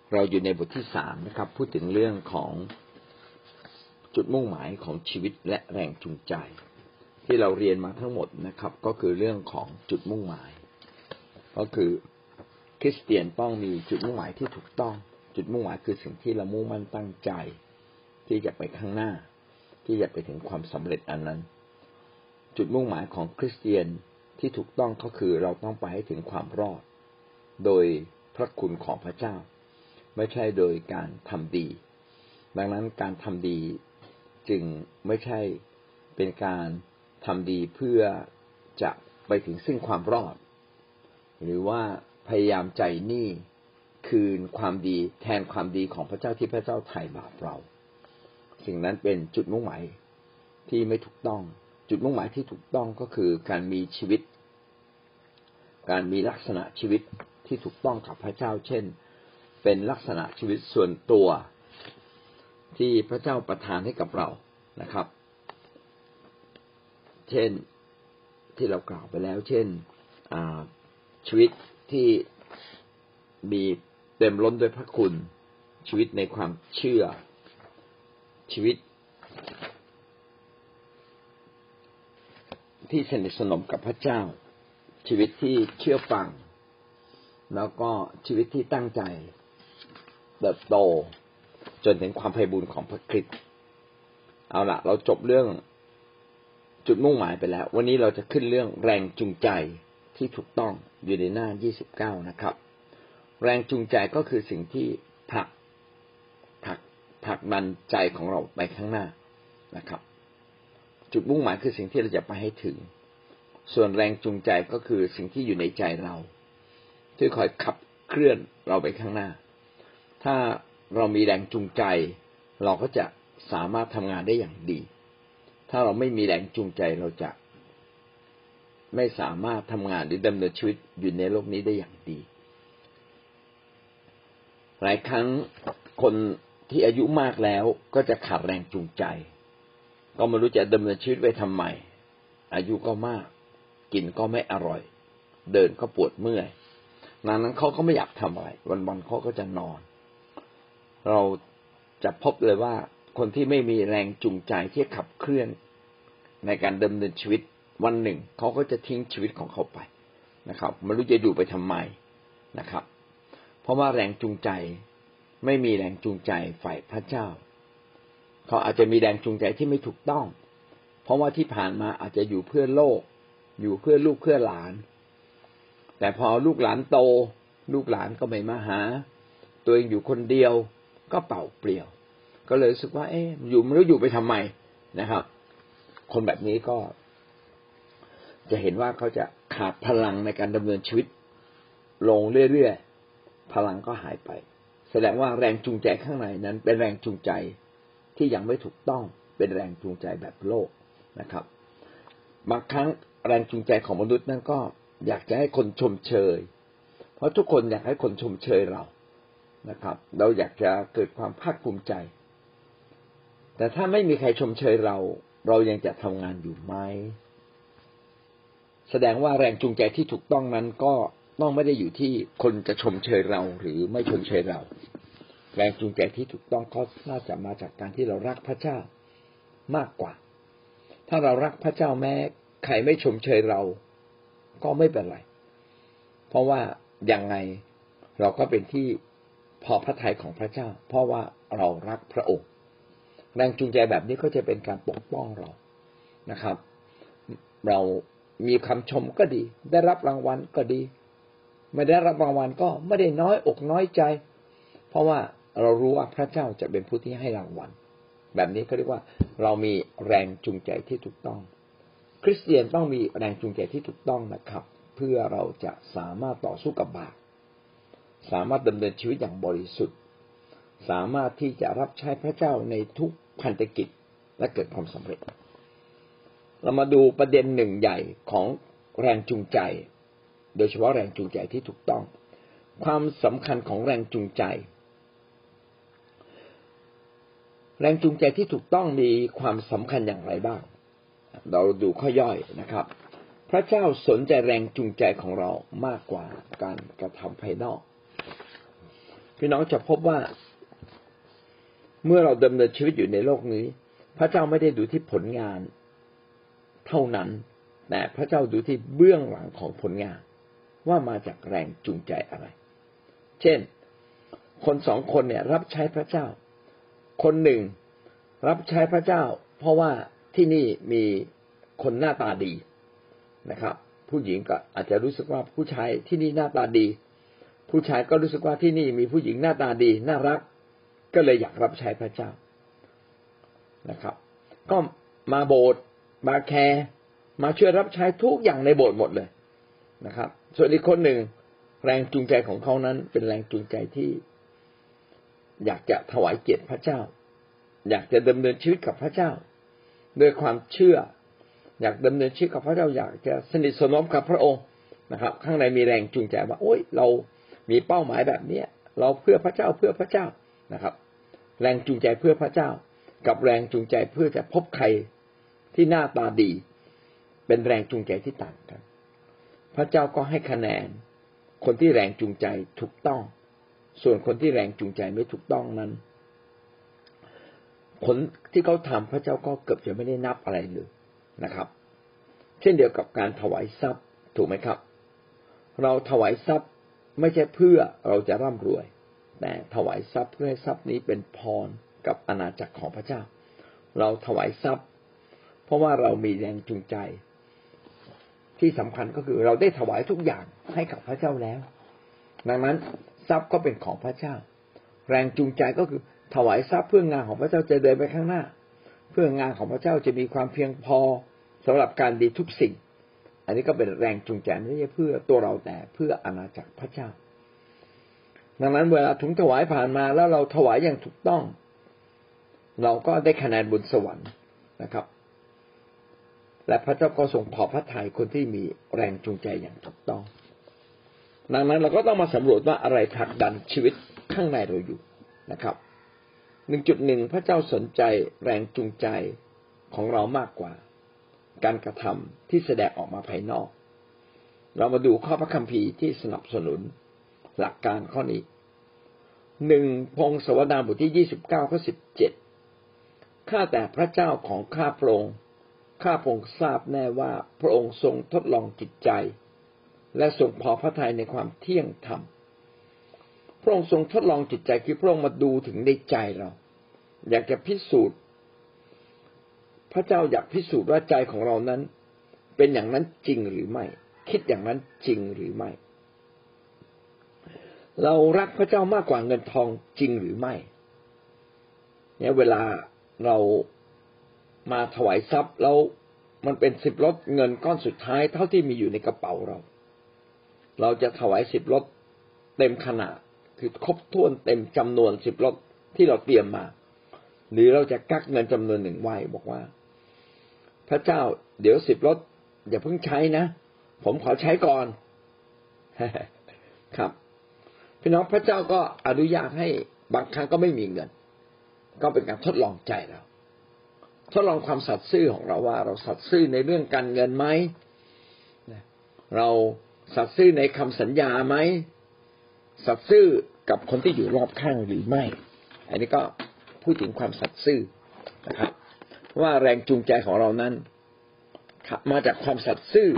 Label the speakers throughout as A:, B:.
A: เราอยู่ในบทที่3นะครับพูดถึงเรื่องของจุดมุ่งหมายของชีวิตและแรงจูงใจที่เราเรียนมาทั้งหมดนะครับก็คือเรื่องของจุดมุ่งหมายก็คือคริสเตียนต้องมีจุดมุ่งหมายที่ถูกต้องจุดมุ่งหมายคือสิ่งที่เรามุ่งมั่นตั้งใจที่จะไปข้างหน้าที่จะไปถึงความสำเร็จอันนั้นจุดมุ่งหมายของคริสเตียนที่ถูกต้องก็คือเราต้องไปให้ถึงความรอดโดยพระคุณของพระเจ้าไม่ใช่โดยการทำดีดังนั้นการทำดีจึงไม่ใช่เป็นการทำดีเพื่อจะไปถึงซึ่งความรอดหรือว่าพยายามใจหนี้คืนความดีแทนความดีของพระเจ้าที่พระเจ้าไถ่บาปเราสิ่งนั้นเป็นจุดมุ่งหมายที่ไม่ถูกต้องจุดมุ่งหมายที่ถูกต้องก็คือการมีชีวิตการมีลักษณะชีวิตที่ถูกต้องกับพระเจ้าเช่นเป็นลักษณะชีวิตส่วนตัวที่พระเจ้าประทานให้กับเรานะครับเช่นที่เรากล่าวไปแล้วเช่นชีวิตที่มีเต็มล้นด้วยพระคุณชีวิตในความเชื่อชีวิตที่สนิทสนมกับพระเจ้าชีวิตที่เชื่อฟังแล้วก็ชีวิตที่ตั้งใจเติบโตจนถึงความไพบูลย์ของพระคริสต์เอาล่ะเราจบเรื่องจุดมุ่งหมายไปแล้ววันนี้เราจะขึ้นเรื่องแรงจูงใจที่ถูกต้องอยู่ในหน้า29นะครับแรงจูงใจก็คือสิ่งที่ผลักดันใจของเราไปข้างหน้านะครับจุดมุ่งหมายคือสิ่งที่เราจะไปให้ถึงส่วนแรงจูงใจก็คือสิ่งที่อยู่ในใจเราที่คอยขับเคลื่อนเราไปข้างหน้าถ้าเรามีแรงจูงใจเราก็จะสามารถทำงานได้อย่างดีถ้าเราไม่มีแรงจูงใจเราจะไม่สามารถทำงานหรือดำเนินชีวิตอยู่ในโลกนี้ได้อย่างดีหลายครั้งคนที่อายุมากแล้วก็จะขาดแรงจูงใจก็ไม่รู้จะดำเนินชีวิตไว้ทำไมอายุก็มากกินก็ไม่อร่อยเดินก็ปวดเมื่อยนั้นเขาก็ไม่อยากทำอะไรวันๆเขาก็จะนอนเราจะพบเลยว่าคนที่ไม่มีแรงจูงใจที่ขับเคลื่อนในการดำเนินชีวิตวันหนึ่งเขาก็จะทิ้งชีวิตของเขาไปนะครับไม่รู้จะอยู่ไปทำไมนะครับเพราะว่าแรงจูงใจไม่มีแรงจูงใจฝ่ายพระเจ้าเขาอาจจะมีแรงจูงใจที่ไม่ถูกต้องเพราะว่าที่ผ่านมาอาจจะอยู่เพื่อโลกอยู่เพื่อลูกเพื่อหลานแต่พอลูกหลานโตลูกหลานก็ไม่มาหาตัวเองอยู่คนเดียวก็เปล่าเปลี่ยวก็เลยรู้สึกว่าอยู่ไม่รู้อยู่ไปทำไมนะครับคนแบบนี้ก็จะเห็นว่าเขาจะขาดพลังในการดำเนินชีวิตลงเรื่อยๆพลังก็หายไปแสดงว่าแรงจูงใจข้างในนั้นเป็นแรงจูงใจที่ยังไม่ถูกต้องเป็นแรงจูงใจแบบโลกนะครับบางครั้งแรงจูงใจของมนุษย์นั้นก็อยากจะให้คนชมเชยเพราะทุกคนอยากให้คนชมเชยเรานะครับเราอยากจะเกิดความภาคภูมิใจแต่ถ้าไม่มีใครชมเชยเรายังจะทำงานอยู่ไหมแสดงว่าแรงจูงใจที่ถูกต้องนั้นก็ต้องไม่ได้อยู่ที่คนจะชมเชยเราหรือไม่ชมเชยเราแรงจูงใจที่ถูกต้องก็น่าจะมาจากการที่เรารักพระเจ้ามากกว่าถ้าเรารักพระเจ้าแม้ใครไม่ชมเชยเราก็ไม่เป็นไรเพราะว่ายังไงเราก็เป็นที่พอพระทัยของพระเจ้าเพราะว่าเรารักพระองค์แรงจูงใจแบบนี้ก็จะเป็นการปกป้องเรานะครับเรามีคำชมก็ดีได้รับรางวัลก็ดีไม่ได้รับรางวัลก็ไม่ได้น้อยอกน้อยใจเพราะว่าเรารู้ว่าพระเจ้าจะเป็นผู้ที่ให้รางวัลแบบนี้เขาเรียกว่าเรามีแรงจูงใจที่ถูกต้องคริสเตียนต้องมีแรงจูงใจที่ถูกต้องนะครับเพื่อเราจะสามารถต่อสู้กับบาปสามารถดำเนินชีวิตอย่างบริสุทธิ์สามารถที่จะรับใช้พระเจ้าในทุกพันธกิจและเกิดความสำเร็จเรามาดูประเด็นหนึ่งใหญ่ของแรงจูงใจโดยเฉพาะแรงจูงใจที่ถูกต้องความสำคัญของแรงจูงใจแรงจูงใจที่ถูกต้องมีความสำคัญอย่างไรบ้างเราดูข้อย่อยนะครับพระเจ้าสนใจแรงจูงใจของเรามากกว่าการกระทำภายนอกพี่น้องจะพบว่าเมื่อเราดำเนินชีวิตอยู่ในโลกนี้พระเจ้าไม่ได้ดูที่ผลงานเท่านั้นแต่พระเจ้าดูที่เบื้องหลังของผลงานว่ามาจากแรงจูงใจอะไรเช่นคนสองคนเนี่ยรับใช้พระเจ้าคนหนึ่งรับใช้พระเจ้าเพราะว่าที่นี่มีคนหน้าตาดีนะครับผู้หญิงก็อาจจะรู้สึกว่าผู้ชายที่นี่หน้าตาดีผู้ชายก็รู้สึกว่าที่นี่มีผู้หญิงหน้าตาดีน่ารักก็เลยอยากรับใช้พระเจ้านะครับก็มาโบสถ์มาแคร์มาช่วยรับใช้ทุกอย่างในโบสถ์หมดเลยนะครับส่วนอีกคนหนึ่งแรงจูงใจของเขานั้นเป็นแรงจูงใจที่อยากจะถวายเกียรติพระเจ้าอยากจะดำเนินชีวิตกับพระเจ้าด้วยความเชื่ออยากดำเนินชีวิตกับพระเจ้าอยากจะสนิทสนมกับพระองค์นะครับข้างในมีแรงจูงใจว่าโอ๊ยเรามีเป้าหมายแบบนี้เราเพื่อพระเจ้าเพื่อพระเจ้านะครับแรงจูงใจเพื่อพระเจ้ากับแรงจูงใจเพื่อจะพบใครที่หน้าตาดีเป็นแรงจูงใจที่ต่างกันพระเจ้าก็ให้คะแนนคนที่แรงจูงใจถูกต้องส่วนคนที่แรงจูงใจไม่ถูกต้องนั้นผลที่เขาทำพระเจ้าก็เกือบจะไม่ได้นับอะไรเลยนะครับเช่นเดียวกับการถวายทรัพย์ถูกไหมครับเราถวายทรัพย์ไม่ใช่เพื่อเราจะร่ำรวยแต่ถวายทรัพย์เพื่อให้ทรัพย์นี้เป็นพรกับอาณาจักรของพระเจ้าเราถวายทรัพย์เพราะว่าเรามีแรงจูงใจที่สำคัญก็คือเราได้ถวายทุกอย่างให้กับพระเจ้าแล้วดังนั้นทรัพย์ก็เป็นของพระเจ้าแรงจูงใจก็คือถวายทรัพย์เพื่องานของพระเจ้าจะเดินไปข้างหน้าเพื่องานของพระเจ้าจะมีความเพียงพอสำหรับการดีทุกสิ่งอันนี้ก็เป็นแรงจูงใจไม่ใช่เพื่อตัวเราแต่เพื่ออาณาจักรพระเจ้าดังนั้นเวลาถุงถวายผ่านมาแล้วเราถวายอย่างถูกต้องเราก็ได้คะแนนบนสวรรค์นะครับและพระเจ้าก็ทรงพอพระทัยคนที่มีแรงจูงใจอย่างถูกต้องดังนั้นเราก็ต้องมาสำรวจว่าอะไรผลักดันชีวิตข้างในเราอยู่นะครับ 1.1 พระเจ้าสนใจแรงจูงใจของเรามากกว่าการกระทำที่แสดงออกมาภายนอกเรามาดูข้อพระคัมภีร์ที่สนับสนุนหลักการข้อนี้1พงศาวดารบทที่29ข้อ17ข้าแต่พระเจ้าของข้าพระองค์ข้าพระองค์ทราบแน่ว่าพระองค์ทรงทดลองจิตใจและทรงพอพระทัยในความเที่ยงธรรมพระองค์ทรงทดลองจิตใจคือพระองค์มาดูถึงในใจเราอยากจะพิสูจน์พระเจ้าอยากพิสูจน์ว่าใจของเรานั้นเป็นอย่างนั้นจริงหรือไม่คิดอย่างนั้นจริงหรือไม่เรารักพระเจ้ามากกว่าเงินทองจริงหรือไม่เนี่ยเวลาเรามาถวายทรัพย์แล้วมันเป็น10 ลดเงินก้อนสุดท้ายเท่าที่มีอยู่ในกระเป๋าเราจะถวาย10 ลดเต็มขนาดคือครบถ้วนเต็มจำนวน10 ลดที่เราเตรียมมาหรือเราจะกักเงินจำนวนหนึ่งไว้บอกว่าพระเจ้าเดี๋ยว10 ลดอย่าเพิ่งใช้นะผมขอใช้ก่อน ครับพี่น้องพระเจ้าก็อนุญาตให้บางครั้งก็ไม่มีเงินก็เป็นการทดลองใจเราทดลองความสัตย์ซื่อของเราว่าเราสัตย์ซื่อในเรื่องการเงินไหมเราสัตย์ซื่อในคำสัญญาไหมสัตย์ซื่อกับคนที่อยู่รอบข้างหรือไม่อันนี้ก็พูดถึงความสัตย์ซื่อนะครับว่าแรงจูงใจของเรานั้นมาจากความสัตย์ซื่อ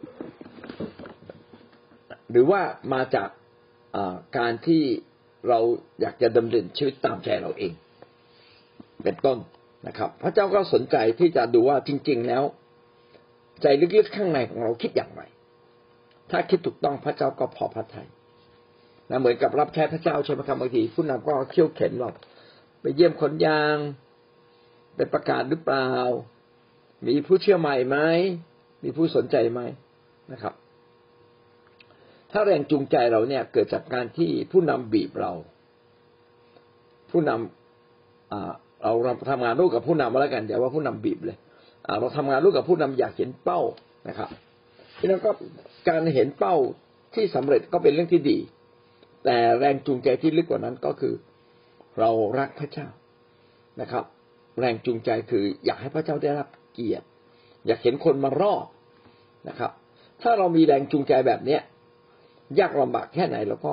A: หรือว่ามาจากการที่เราอยากจะดำเนินชีวิตตามใจเราเองเป็นต้นนะครับพระเจ้าก็สนใจที่จะดูว่าจริงๆแล้วใจลึกๆข้างในของเราคิดอย่างไรถ้าคิดถูกต้องพระเจ้าก็พอพระทัยนะเหมือนกับรับใช้พระเจ้าใช่ไหมครับบางทีผู้นำก็เขี่ยวเข็นเราไปเยี่ยมคนยางไปประกาศหรือเปล่ามีผู้เชื่อใหม่ไหมมีผู้สนใจไหมนะครับถ้าแรงจูงใจเราเนี่ยเกิดจากการที่ผู้นำบีบเราผู้นำเราทำงานร่วมกับผู้นำมาแล้วกันอย่าว่าผู้นำบีบเลยเราทำงานร่วมกับผู้นำอยากเห็นเป้านะครับพี่น้องก็การเห็นเป้าที่สำเร็จก็เป็นเรื่องที่ดีแต่แรงจูงใจที่ลึกกว่านั้นก็คือเรารักพระเจ้านะครับแรงจูงใจคืออยากให้พระเจ้าได้รับเกียรติอยากเห็นคนมารอดนะครับถ้าเรามีแรงจูงใจแบบเนี้ยยากลำบากแค่ไหนเราก็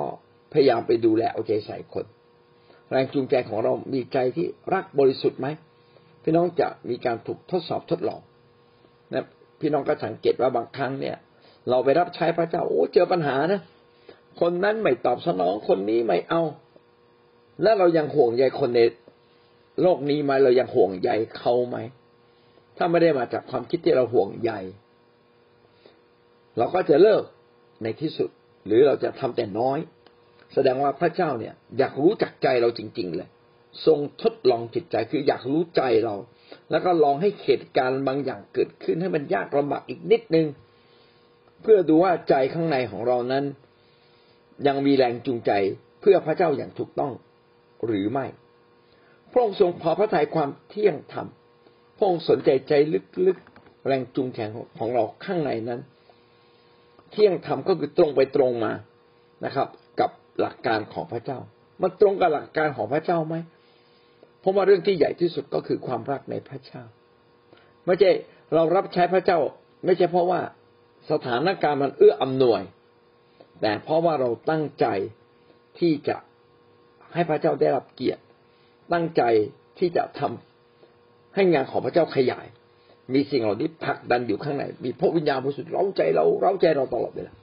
A: พยายามไปดูแลเอาใจใส่คนแรงจูงใจของเรามีใจที่รักบริสุทธิ์ไหมพี่น้องจะมีการถูกทดสอบทดลองนะพี่น้องก็สังเกตว่าบางครั้งเนี่ยเราไปรับใช้พระเจ้าเจอปัญหานะคนนั้นไม่ตอบสนองคนนี้ไม่เอาแล้วเรายังห่วงใยคนในโลกนี้ไหมเรายังห่วงใยเขาไหมถ้าไม่ได้มาจากความคิดที่เราห่วงใยเราก็จะเลิกในที่สุดหรือเราจะทำแต่น้อยแสดงว่าพระเจ้าเนี่ยอยากรู้จักใจเราจริงๆเลยทรงทดลองจิตใจคืออยากรู้ใจเราแล้วก็ลองให้เหตุการณ์บางอย่างเกิดขึ้นให้มันยากลำบากอีกนิดนึงเพื่อดูว่าใจข้างในของเรานั้นยังมีแรงจูงใจเพื่อพระเจ้าอย่างถูกต้องหรือไม่พระองค์ทรงพอพระทัยความเที่ยงธรรมพระองค์สนใจใจลึกๆแรงจูงใจของเราข้างในนั้นเที่ยงธรรมก็คือตรงไปตรงมานะครับกับหลักการของพระเจ้ามันตรงกับหลักการของพระเจ้าไหมเพราะว่าเรื่องที่ใหญ่ที่สุดก็คือความรักในพระเจ้าไม่ใช่เรารับใช้พระเจ้าไม่ใช่เพราะว่าสถานการณ์มันเอื้ออำนวยแต่เพราะว่าเราตั้งใจที่จะให้พระเจ้าได้รับเกียรติตั้งใจที่จะทำให้งานของพระเจ้าขยายมีสิ่งเหล่านี้ผลักดันอยู่ข้างในมีพระวิญญาณบริสุทธิ์เร้าใจเราตลอดเวลา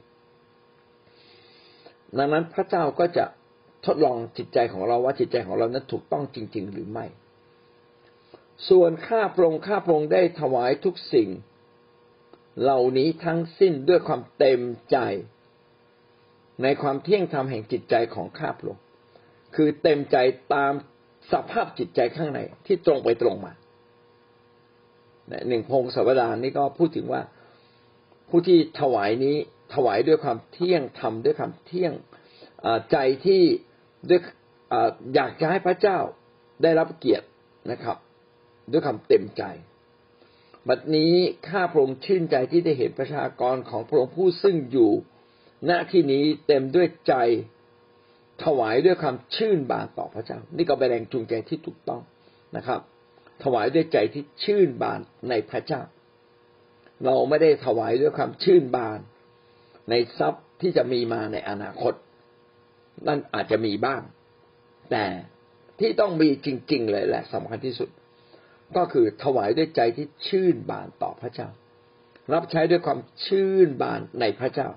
A: ดังนั้นพระเจ้าก็จะทดลองจิตใจของเราว่าจิตใจของเรานั้นถูกต้องจริงๆหรือไม่ส่วนข้าพระองค์ได้ถวายทุกสิ่งเหล่านี้ทั้งสิ้นด้วยความเต็มใจในความเที่ยงธรรมแห่งจิตใจของข้าพระองค์คือเต็มใจตามสภาพจิตใจข้างในที่ตรงไปตรงมาหนึ่งพงศาวดารนี่ก็พูดถึงว่าผู้ที่ถวายนี้ถวายด้วยความเที่ยงธรรมด้วยความเที่ยงใจที่ด้วยอยากจะให้พระเจ้าได้รับเกียรตินะครับด้วยความเต็มใจบัดนี้ข้าพระองค์ชื่นใจที่ได้เห็นประชากรของพระองค์ผู้ซึ่งอยู่ณที่นี้เต็มด้วยใจถวายด้วยความชื่นบานต่อพระเจ้านี่ก็เป็นแรงจูงใจที่ถูกต้องนะครับถวายด้วยใจที่ชื่นบานในพระเจ้าเราไม่ได้ถวายด้วยความชื่นบานในทรัพย์ที่จะมีมาในอนาคตนั่นอาจจะมีบ้างแต่ที่ต้องมีจริงๆเลยและสำคัญที่สุดก็คือถวายด้วยใจที่ชื่นบานต่อพระเจ้ารับใช้ด้วยความชื่นบานในพระเจ้า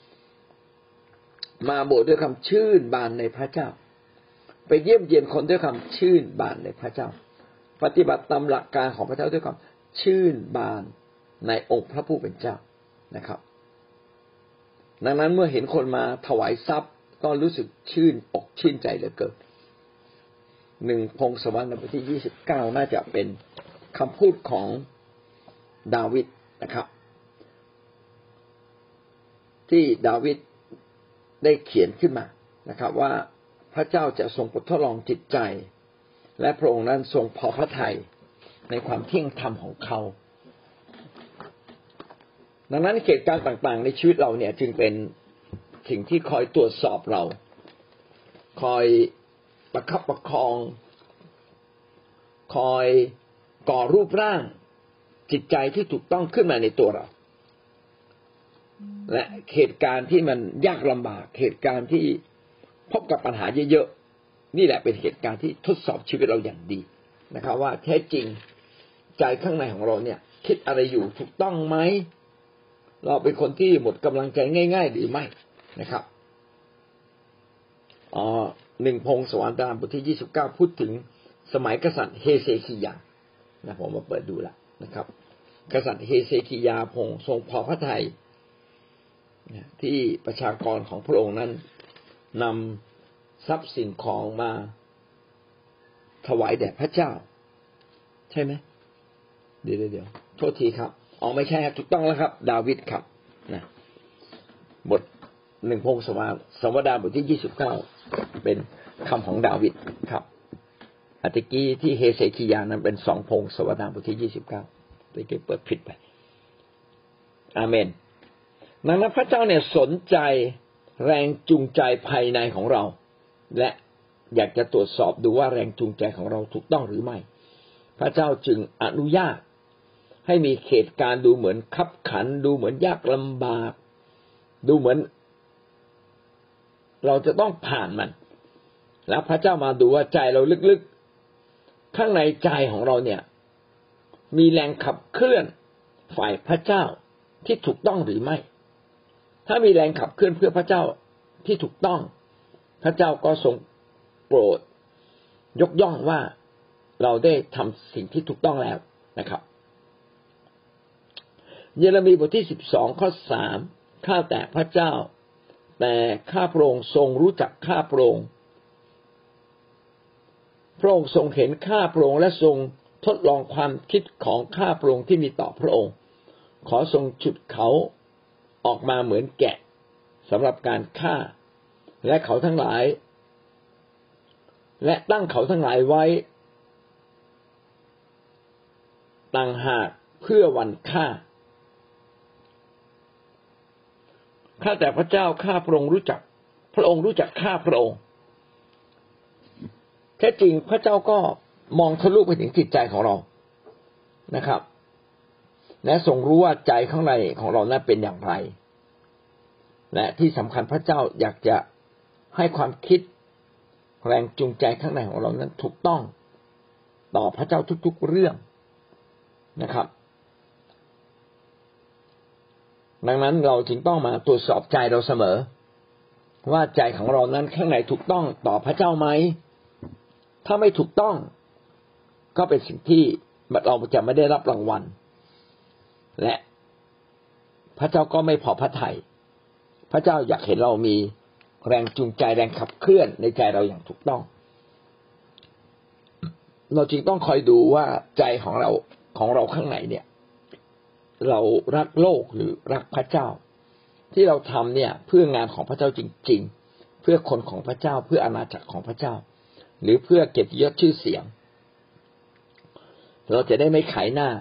A: มาโบสถ์ด้วยความชื่นบานในพระเจ้าไปเยี่ยมเยียนคนด้วยความชื่นบานในพระเจ้าปฏิบัติตามหลักการของพระเจ้าด้วยความชื่นบานในองค์พระผู้เป็นเจ้านะครับดังนั้นเมื่อเห็นคนมาถวายทรัพย์ก็รู้สึกชื่นอกชื่นใจเหลือเกินหนึ่งพงศาวดารบทที่29น่าจะเป็นคำพูดของดาวิดนะครับที่ดาวิดได้เขียนขึ้นมานะครับว่าพระเจ้าจะทรงทดลองจิตใจและพระองค์นั้นทรงพอพระทัยในความเที่ยงธรรมของเขาดังนั้นเหตุการณ์ต่างๆในชีวิตเราเนี่ยจึงเป็นสิ่งที่คอยตรวจสอบเราคอยประคับประคองคอยก่อรูปร่างจิตใจที่ถูกต้องขึ้นมาในตัวเราและเหตุการณ์ที่มันยากลำบากเหตุการณ์ที่พบกับปัญหาเยอะๆนี่แหละเป็นเหตุการณ์ที่ทดสอบชีวิตเราอย่างดีนะครับว่าแท้จริงใจข้างในของเราเนี่ยคิดอะไรอยู่ถูกต้องไหมเราเป็นคนที่หมดกำลังใจง่ายๆหรือไม่นะครับหนึ่งพงศาวดารบทที่29พูดถึงสมัยกษัตริย์เฮเซคิยานะผมมาเปิดดูละนะครับกษัตริย์เฮเซคิยาทรงพอพระทัยที่ประชากรของพระองค์นั้นนำทรัพย์สินของมาถวายแด่พระเจ้าใช่ไหมเดี๋ยวโทษทีครับไม่ใช่ครับถูกต้องแล้วครับดาวิดครับนะบทหนึ่งพงศาวดารบทที่29เป็นคำของดาวิดครับอัตกี้ที่เฮเซคิยานั้นเป็น2พงศาวดารบทที่29ตะกี้เปิดผิดไปอาเมนดังนั้นพระเจ้าเนี่ยสนใจแรงจูงใจภายในของเราและอยากจะตรวจสอบดูว่าแรงจูงใจของเราถูกต้องหรือไม่พระเจ้าจึงอนุญาตให้มีเหตุการณ์ดูเหมือนคับขันดูเหมือนยากลำบากดูเหมือนเราจะต้องผ่านมันแล้วพระเจ้ามาดูว่าใจเราลึกๆข้างในใจของเราเนี่ยมีแรงขับเคลื่อนฝ่ายพระเจ้าที่ถูกต้องหรือไม่ถ้ามีแรงขับเคลื่อนเพื่อพระเจ้าที่ถูกต้องพระเจ้าก็ทรงโปรดยกย่องว่าเราได้ทำสิ่งที่ถูกต้องแล้วนะครับเยเรมีบทที่12ข้อ3ข้าแต่พระเจ้าแต่ข้าพระองค์ทรงรู้จักข้าพระองค์พระองค์ทรงเห็นข้าพระองค์และทรงทดลองความคิดของข้าพระองค์ที่มีต่อพระองค์ขอทรงฉุดเขาออกมาเหมือนแกะสำหรับการฆ่าและเขาทั้งหลายและตั้งเขาทั้งหลายไว้ต่างหากเพื่อวันฆ่าข้าแต่พระเจ้าข้าพระองค์รู้จักพระองค์รู้จักข้าพระองค์แท้จริงพระเจ้าก็มองทะลุไปถึงจิตใจของเรานะครับและทรงรู้ว่าใจข้างในของเรานั้นเป็นอย่างไรและที่สำคัญพระเจ้าอยากจะให้ความคิดแรงจูงใจข้างในของเรานั้นถูกต้องต่อพระเจ้าทุกๆเรื่องนะครับดังนั้นเราจึงต้องมาตรวจสอบใจเราเสมอว่าใจของเรานั้นข้างในถูกต้องต่อพระเจ้าไหมถ้าไม่ถูกต้องก็เป็นสิ่งที่เราจะไม่ได้รับรางวัลและพระเจ้าก็ไม่พอพระทัยพระเจ้าอยากเห็นเรามีแรงจูงใจแรงขับเคลื่อนในใจเราอย่างถูกต้องเราจึงต้องคอยดูว่าใจของเราข้างในเนี่ยเรารักโลกหรือรักพระเจ้าที่เราทำเนี่ยเพื่องานของพระเจ้าจริงๆเพื่อคนของพระเจ้าเพื่ออาณาจักรของพระเจ้าหรือเพื่อเกียรติยศชื่อเสียงเราจะได้ไม่ขายหน้า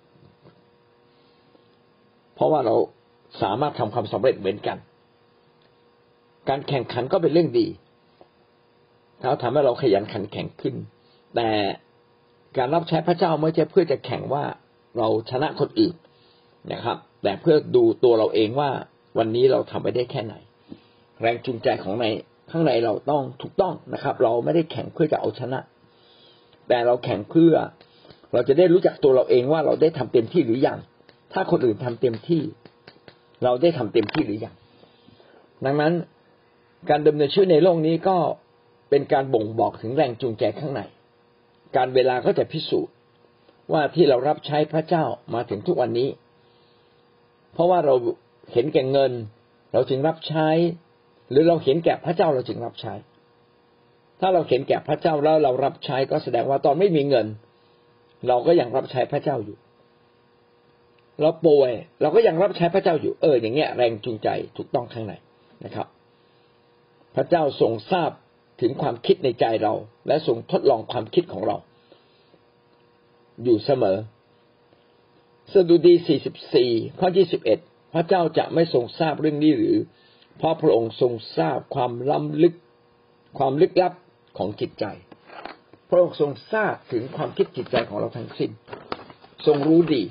A: เพราะว่าเราสามารถทำความสำเร็จเหมือนกันการแข่งขันก็เป็นเรื่องดีเขาทำให้เราขยันขันแข็งขึ้นแต่การรับใช้พระเจ้าไม่ใช่เพื่อจะแข่งว่าเราชนะคนอื่นนะครับแต่เพื่อดูตัวเราเองว่าวันนี้เราทำไปได้แค่ไหนแรงจูงใจของข้างในเราต้องถูกต้องนะครับเราไม่ได้แข่งเพื่อจะเอาชนะแต่เราแข่งเพื่อเราจะได้รู้จักตัวเราเองว่าเราได้ทำเต็มที่หรือยังถ้าคนอื่นทำเต็มที่เราได้ทำเต็มที่หรือยังดังนั้นการดำเนินชีวิตในโลกนี้ก็เป็นการบ่งบอกถึงแรงจูงใจข้างในการเวลาก็จะพิสูจน์ว่าที่เรารับใช้พระเจ้ามาถึงทุกวันนี้เพราะว่าเราเห็นแก่เงินเราจึงรับใช้หรือเราเห็นแก่พระเจ้าเราจึงรับใช้ถ้าเราเห็นแก่พระเจ้าแล้วเรารับใช้ก็แสดงว่าตอนไม่มีเงินเราก็ยังรับใช้พระเจ้าอยู่เราป่วยเราก็ยังรับใช้พระเจ้าอยู่อย่างเงี้ยแรงจูงใจถูกต้องข้างในนะครับพระเจ้าทรงทราบถึงความคิดในใจเราและทรงทดลองความคิดของเราอยู่เสมอสดุดี44ข้อ21พระเจ้าจะไม่ทรงทราบเรื่องนี้หรือเพราะพระองค์ทรงทราบความล้ำลึกความลึกลับของจิตใจพระองค์ทรงทราบถึงความคิดจิตใจของเราทั้งสิ้นทรงรู้ดี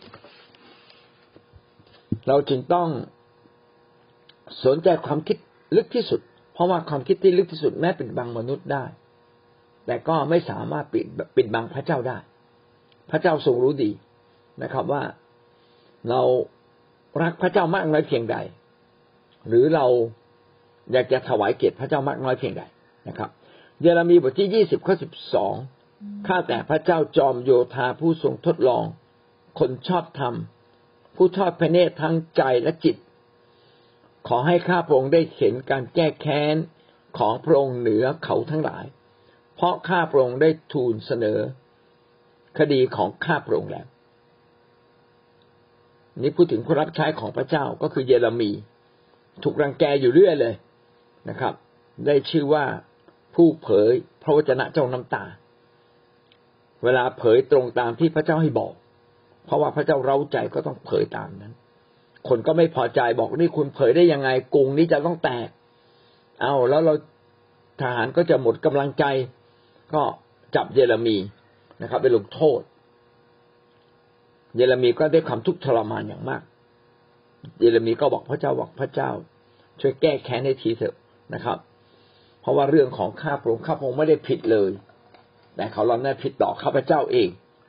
A: เราจึงต้องสนใจความคิดลึกที่สุดเพราะว่าความคิดที่ลึกที่สุดแม้ปิดบังมนุษย์ได้แต่ก็ไม่สามารถปิดบังพระเจ้าได้พระเจ้าทรงรู้ดีนะครับว่าเรารักพระเจ้ามากน้อยเพียงใดหรือเราอยากจะถวายเกียรติพระเจ้ามากน้อยเพียงใดนะครับเยเรมีบทที่20ข้อ12ข้าแต่พระเจ้าจอมโยธาผู้ทรงทดลองคนชอบธรรมผู้ทอดพระเนตรทั้งใจและจิตขอให้ข้าพระองค์ได้เห็นการแก้แค้นของพระองค์เหนือเขาทั้งหลายเพราะข้าพระองค์ได้ทูลเสนอคดีของข้าพระองค์แล้วนี่พูดถึงคนรับใช้ของพระเจ้าก็คือเยเรมีถูกรังแกอยู่เรื่อยเลยนะครับได้ชื่อว่าผู้เผยพระวจนะเจ้าน้ำตาเวลาเผยตรงตามที่พระเจ้าให้บอกเพราะว่าพระเจ้าเร้าใจก็ต้องเผยตามนั้นคนก็ไม่พอใจบอกนี่คุณเผยได้ยังไงกรุงนี้จะต้องแตกแล้วเราทหารก็จะหมดกำลังใจก็จับเยเรมีนะครับไปลงโทษเยเรมีก็ได้ความทุกข์ทรมานอย่างมากเยเรมีก็บอกพระเจ้าช่วยแก้แค้นให้ทีเถอะนะครับเพราะว่าเรื่องของข้าพระองค์ไม่ได้ผิดเลยแต่เขาเราได้ผิดต่อข้าพเจ้าเอง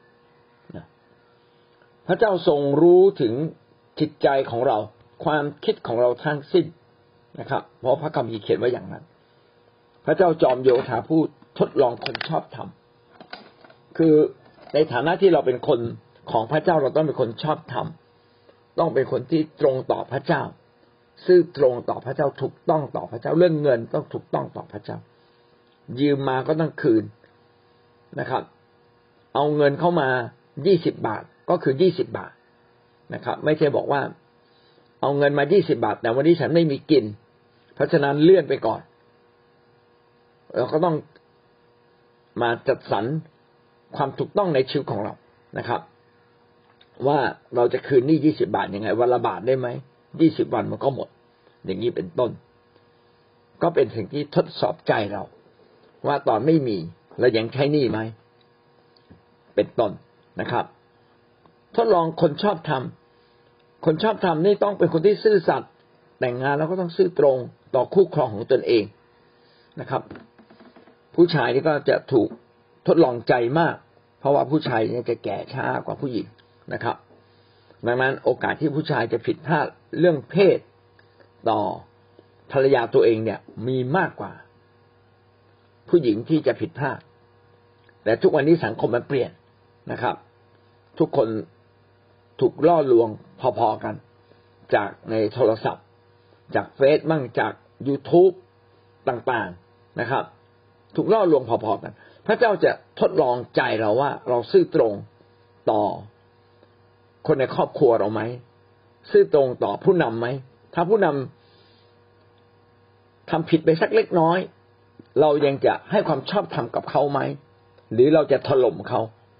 A: พระเจ้าทรงรู้ถึงจิตใจของเราความคิดของเราทั้งสิ้นนะครับเพราะพระคัมภีร์เขียนไว้อย่างนั้นพระเจ้าจอมโยธาผู้ทดลองคนชอบธรรมคือในฐานะที่เราเป็นคนของพระเจ้าเราต้องเป็นคนชอบธรรมต้องเป็นคนที่ตรงต่อพระเจ้าซื่อตรงต่อพระเจ้าถูกต้องต่อพระเจ้าเรื่องเงินต้องถูกต้องต่อพระเจ้ายืมมาก็ต้องคืนนะครับเอาเงินเข้ามา20 บาทก็คือ20 บาทนะครับไม่ใช่บอกว่าเอาเงินมา20 บาทแต่วันนี้ฉันไม่มีกินเพราะฉะนั้นเลื่อนไปก่อนเราก็ต้องมาจัดสรรความถูกต้องในชีวิตของเรานะครับว่าเราจะคืนหนี้20 บาทยังไงวันละบาทได้ไหม20 วันมันก็หมดอย่างนี้เป็นต้นก็เป็นสิ่งที่ทดสอบใจเราว่าตอนไม่มีเรายังใช้หนี้ไหมเป็นต้นนะครับทดลองคนชอบธรรมคนชอบธรรมนี่ต้องเป็นคนที่ซื่อสัตย์แต่งงานแล้วก็ต้องซื่อตรงต่อคู่ครองของตนเองนะครับผู้ชายนี่ก็จะถูกทดลองใจมากเพราะว่าผู้ชายเนี่ยจะแก่ช้ากว่าผู้หญิงนะครับดังนั้นโอกาสที่ผู้ชายจะผิดพลาดเรื่องเพศต่อภรรยาตัวเองเนี่ยมีมากกว่าผู้หญิงที่จะผิดพลาดแต่ทุกวันนี้สังคมมันเปลี่ยนนะครับทุกคนถูกล่อลวงพอๆกันจากในโทรศัพท์จากเฟซบ้างจาก YouTube ต่างๆนะครับถูกล่อลวงพอๆกันพระเจ้าจะทดลองใจเราว่าเราซื่อตรงต่อคนในครอบครัวเราไหมซื่อตรงต่อผู้นำไหมถ้าผู้นำทำผิดไปสักเล็กน้อยเรายังจะให้ความชอบธรรมกับเขาไหมหรือเราจะถล่มเขา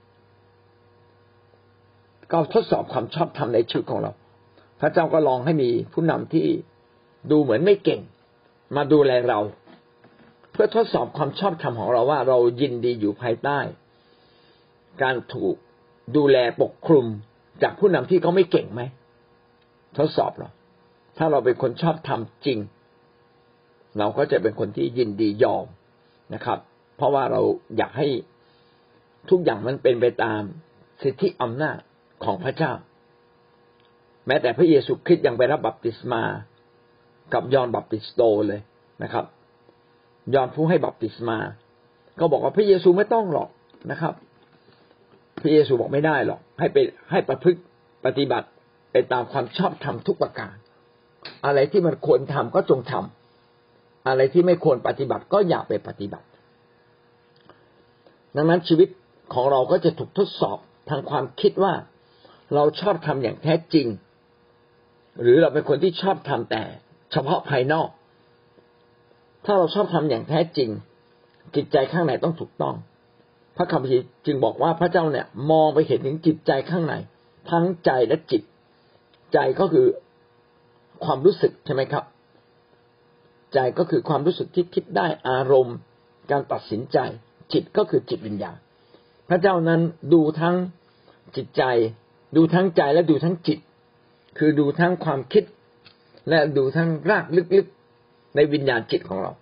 A: ก็ทดสอบความชอบธรรมในชีวิตของเราพระเจ้าก็ลองให้มีผู้นำที่ดูเหมือนไม่เก่งมาดูแลเราเพื่อทดสอบความชอบธรรมของเราว่าเรายินดีอยู่ภายใต้การถูกดูแลปกคลุมจากผู้นำที่เขาไม่เก่งไหมทดสอบเราถ้าเราเป็นคนชอบธรรมจริงเราก็จะเป็นคนที่ยินดียอมนะครับเพราะว่าเราอยากให้ทุกอย่างมันเป็นไปตามสิทธิอำนาจของพระเจ้าแม้แต่พระเยซูคริสต์ยังไปรับบัพติศมากับยอห์นบัพติสโตเลยนะครับยอห์นผู้ให้บัพติศมาก็บอกว่าพระเยซูไม่ต้องหรอกนะครับพระเยซูบอกไม่ได้หรอกให้ประพฤติปฏิบัติไปตามความชอบธรรมทุกประการอะไรที่มันควรทำก็จงทำอะไรที่ไม่ควรปฏิบัติก็อย่าไปปฏิบัติดังนั้นชีวิตของเราก็จะถูกทดสอบทางความคิดว่าเราชอบทำอย่างแท้จริงหรือเราเป็นคนที่ชอบทำแต่เฉพาะภายนอกถ้าเราชอบทำอย่างแท้จริงจิตใจข้างในต้องถูกต้องพระคัมภีร์จึงบอกว่าพระเจ้าเนี่ยมองไปเห็นถึงจิตใจข้างในทั้งใจและจิตใจก็คือความรู้สึกใช่ไหมครับใจก็คือความรู้สึกที่คิดได้อารมณ์การตัดสินใจจิตก็คือจิตวิญญาณพระเจ้านั้นดูทั้งจิตใจดูทั้งใจและดูทั้งจิตคือดูทั้งความคิดและดูทั้งรากลึกๆในวิญญาณจิตของเรา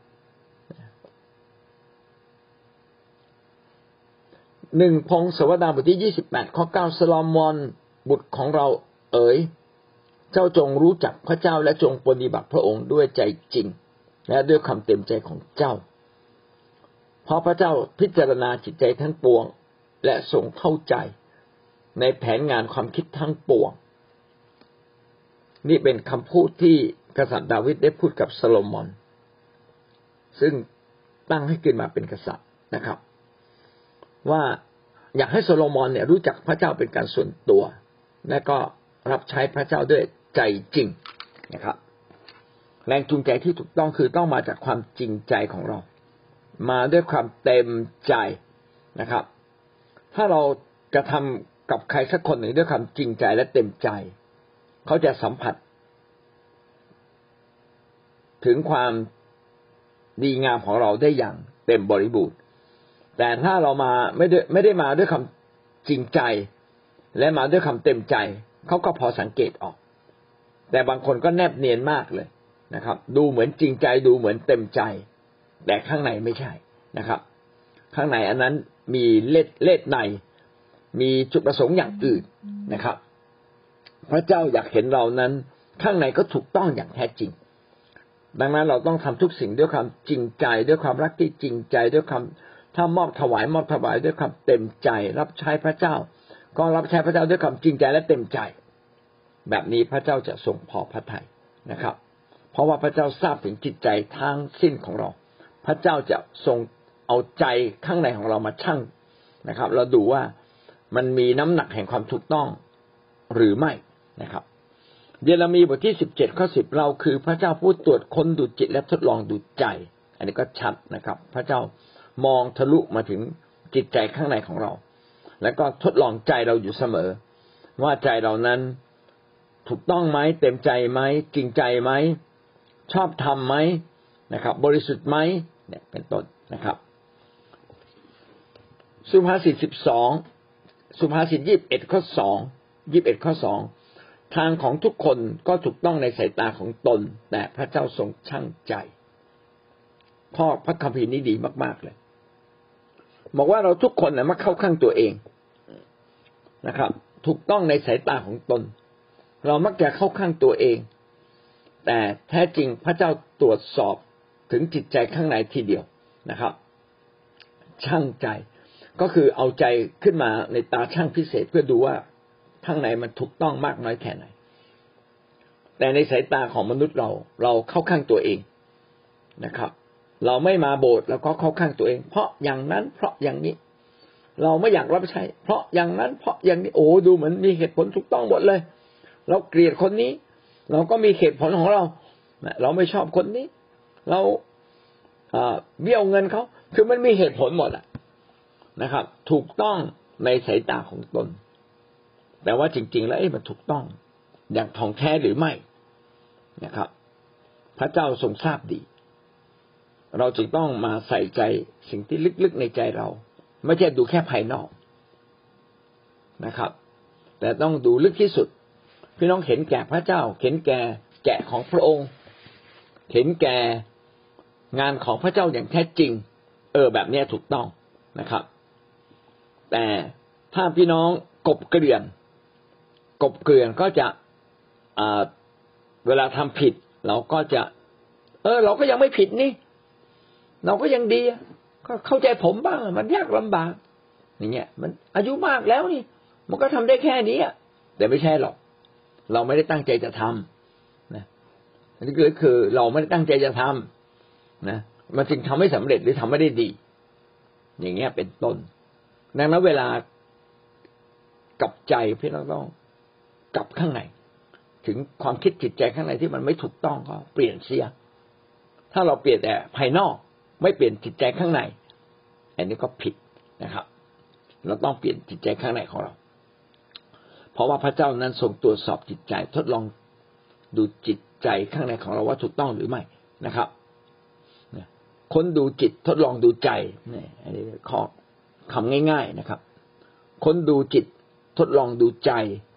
A: 1 พงศาวดารบทที่28ข้อ9โซโลมอนบุตรของเราเอ๋ยเจ้าจงรู้จักพระเจ้าและจงปฏิบัติพระองค์ด้วยใจจริงและด้วยความเต็มใจของเจ้าเพราะพระเจ้าพิจารณาจิตใจทั้งปวงและทรงเข้าใจในแผนงานความคิดทั้งปวงนี่เป็นคำพูดที่กษัตริย์ดาวิดได้พูดกับโซโลมอนซึ่งตั้งให้ขึ้นมาเป็นกษัตริย์นะครับว่าอยากให้โซโลมอนเนี่ยรู้จักพระเจ้าเป็นการส่วนตัวและก็รับใช้พระเจ้าด้วยใจจริงนะครับแรงจูงใจที่ถูกต้องคือต้องมาจากความจริงใจของเรามาด้วยความเต็มใจนะครับถ้าเรากระทำกับใครสักคนหนึ่งด้วยความจริงใจและเต็มใจเขาจะสัมผัสถึงความดีงามของเราได้อย่างเต็มบริบูรณ์แต่ถ้าเรามาไม่ได้มาด้วยความจริงใจและมาด้วยความเต็มใจเขาก็พอสังเกตออกแต่บางคนก็แนบเนียนมากเลยนะครับดูเหมือนจริงใจดูเหมือนเต็มใจแต่ข้างในไม่ใช่นะครับข้างในอันนั้นมีเล่ห์ในมีจุดประสงค์อย่างอื่นนะครับพระเจ้าอยากเห็นเรานั้นข้างในก็ถูกต้องอย่างแท้จริงดังนั้นเราต้องทำทุกสิ่งด้วยความจริงใจด้วยความรักที่จริงใจด้วยความถ้ามอบถวายด้วยความเต็มใจรับใช้พระเจ้าก็รับใช้พระเจ้าด้วยความจริงใจและเต็มใจแบบนี้พระเจ้าจะทรงพอพระทัยนะครับเพราะว่าพระเจ้าทราบถึงจิตใจทั้งสิ้นของเราพระเจ้าจะทรงเอาใจข้างในของเรามาชั่งนะครับเราดูว่ามันมีน้ำหนักแห่งความถูกต้องหรือไม่นะครับเยเรมีบทที่17ข้อ10เราคือพระเจ้าผู้ตรวจค้นดูจิตและทดลองดูใจอันนี้ก็ชัดนะครับพระเจ้ามองทะลุมาถึงจิตใจข้างในของเราแล้วก็ทดลองใจเราอยู่เสมอว่าใจเรานั้นถูกต้องไหมเต็มใจไหมจริงใจไหมชอบทำไหมนะครับบริสุทธิ์ไหมเนี่ยเป็นต้นนะครับสุภาษิต12สุภาษิต21ข้อ2ทางของทุกคนก็ถูกต้องในสายตาของตนแต่พระเจ้าทรงชั่งใจข้อพระคัมภีร์นี้ดีมากๆเลยบอกว่าเราทุกคนนะมักเข้าข้างตัวเองนะครับถูกต้องในสายตาของตนเรามักจะเข้าข้างตัวเองแต่แท้จริงพระเจ้าตรวจสอบถึงจิตใจข้างในทีเดียวนะครับชั่งใจก็คือเอาใจขึ้นมาในตาชั่งพิเศษเพื่อดูว่าข้างในมันถูกต้องมากน้อยแค่ไหนแต่ในสายตาของมนุษย์เราเข้าข้างตัวเองนะครับเราไม่มาโบสถ์แล้วก็เข้าข้างตัวเองเพราะอย่างนั้นเพราะอย่างนี้เราไม่อยากรับใช้เพราะอย่างนั้นเพราะอย่างนี้โอ้ดูเหมือนมีเหตุผลถูกต้องหมดเลยเราเกลียดคนนี้เราก็มีเหตุผลของเราเราไม่ชอบคนนี้เราเบี้ยวเงินเขาคือมันมีเหตุผลหมดอ่ะนะครับถูกต้องในสายตาของตนแต่ว่าจริงๆแล้วมันถูกต้องอย่างท่องแท้หรือไม่นะครับพระเจ้าทรงทราบดีเราจึงต้องมาใส่ใจสิ่งที่ลึกๆในใจเราไม่ใช่ดูแค่ภายนอกนะครับแต่ต้องดูลึกที่สุดพี่น้องเห็นแก่พระเจ้าเห็นแก่แกะของพระองค์เห็นแก่งานของพระเจ้าอย่างแท้จริงแบบนี้ถูกต้องนะครับแต่ถ้าพี่น้องกบเกลื่อนก็จะเวลาทำผิดเราก็จะเราก็ยังไม่ผิดนี่เราก็ยังดีก็เข้าใจผมบ้างมันยากลำบากอย่างเงี้ยมันอายุมากแล้วนี่มันก็ทำได้แค่นี้แต่ไม่ใช่หรอกเราไม่ได้ตั้งใจจะทำนะอันนี้คือเราไม่ได้ตั้งใจจะทำนะมันจึงทำไม่สำเร็จหรือทำไม่ได้ดีอย่างเงี้ยเป็นต้นดังนั้นเวลากลับใจพี่น้องต้องกลับข้างในถึงความคิดจิตใจข้างในที่มันไม่ถูกต้องก็เปลี่ยนเสียถ้าเราเปลี่ยนแต่ภายนอกไม่เปลี่ยนจิตใจข้างในอันนี้ก็ผิดนะครับเราต้องเปลี่ยนจิตใจข้างในของเราเพราะว่าพระเจ้านั้นทรงตรวจสอบจิตใจทดลองดูจิตใจข้างในของเราว่าถูกต้องหรือไม่นะครับค้นดูจิตทดลองดูใจนี่อันนี้ข้อคำง่ายๆนะครับค้นดูจิตทดลองดูใจ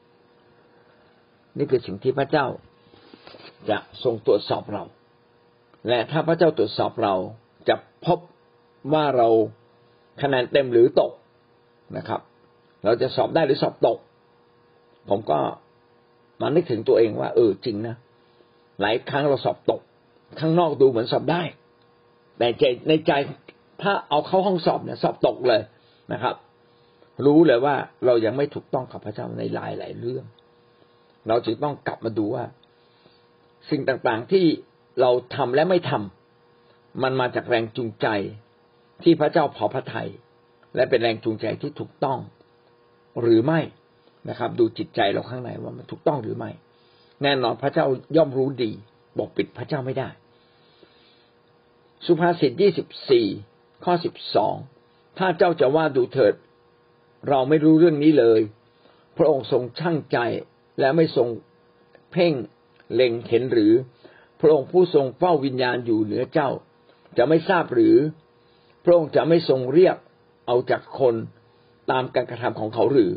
A: นี่คือสิ่งที่พระเจ้าจะทรงตรวจสอบเราและถ้าพระเจ้าตรวจสอบเราจะพบว่าเราคะแนนเต็มหรือตกนะครับเราจะสอบได้หรือสอบตกผมก็มานึกถึงตัวเองว่าจริงนะหลายครั้งเราสอบตกข้างนอกดูเหมือนสอบได้แต่ในใจถ้าเอาเข้าห้องสอบเนี่ยสอบตกเลยนะครับรู้เลยว่าเรายังไม่ถูกต้องกับพระเจ้าในหลายเรื่องเราจึงต้องกลับมาดูว่าสิ่งต่างๆที่เราทำและไม่ทำมันมาจากแรงจูงใจที่พระเจ้าพอพระทัยและเป็นแรงจูงใจที่ถูกต้องหรือไม่นะครับดูจิตใจเราข้างในว่ามันถูกต้องหรือไม่แน่นอนพระเจ้าย่อมรู้ดีบอกปิดพระเจ้าไม่ได้สุภาษิต24ข้อ12ถ้าเจ้าจะว่าดูเถิดเราไม่รู้เรื่องนี้เลยพระองค์ทรงชั่งใจและไม่ทรงเพ่งเล็งเห็นหรือพระองค์ผู้ทรงเฝ้าวิญญาณอยู่เหนือเจ้าจะไม่ทราบหรือพระองค์จะไม่ทรงเรียกเอาจากคนตามการกระทำของเขาหรือ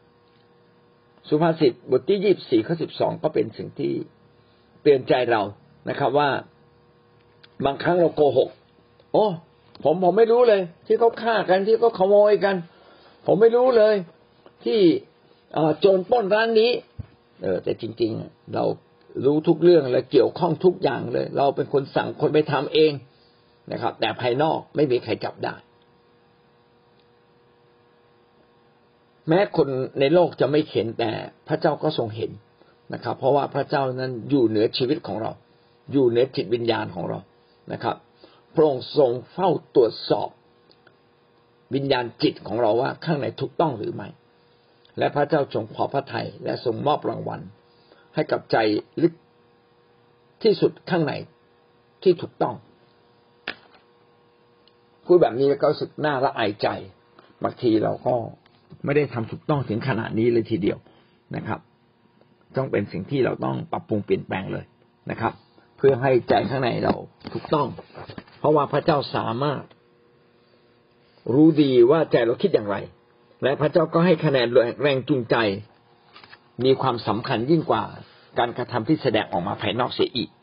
A: สุภาษิตบทที่24ข้อ12ก็เป็นสิ่งที่เตือนใจเรานะครับว่าบางครั้งเราโกหกโอ้ผมไม่รู้เลยที่เขาฆ่ากันที่เขาขโมยกันผมไม่รู้เลยที่โจรปล้นร้านนี้แต่จริงๆเรารู้ทุกเรื่องและเกี่ยวข้องทุกอย่างเลยเราเป็นคนสั่งคนไปทำเองนะครับแต่ภายนอกไม่มีใครจับได้แม้คนในโลกจะไม่เห็นแต่พระเจ้าก็ทรงเห็นนะครับเพราะว่าพระเจ้านั้นอยู่เหนือชีวิตของเราอยู่เหนือจิตวิญญาณของเรานะครับพระองค์ทรงเฝ้าตรวจสอบวิญญาณจิตของเราว่าข้างในถูกต้องหรือไม่และพระเจ้าทรงพอพระทัยและทรงมอบรางวัลให้กับใจลึกที่สุดข้างในที่ถูกต้องพูดแบบนี้แล้วก็รู้สึกน่าละอายใจบางทีเราก็ไม่ได้ทำถูกต้องถึงขนาดนี้เลยทีเดียวนะครับต้องเป็นสิ่งที่เราต้องปรับปรุงเปลี่ยนแปลงเลยนะครับเพื่อให้ใจข้างในเราถูกต้องเพราะว่าพระเจ้าสามารถรู้ดีว่าใจเราคิดอย่างไรและพระเจ้าก็ให้คะแนนแรงจูงใจมีความสำคัญยิ่งกว่าการกระทำที่แสดงออกมาภายนอกเสียอีก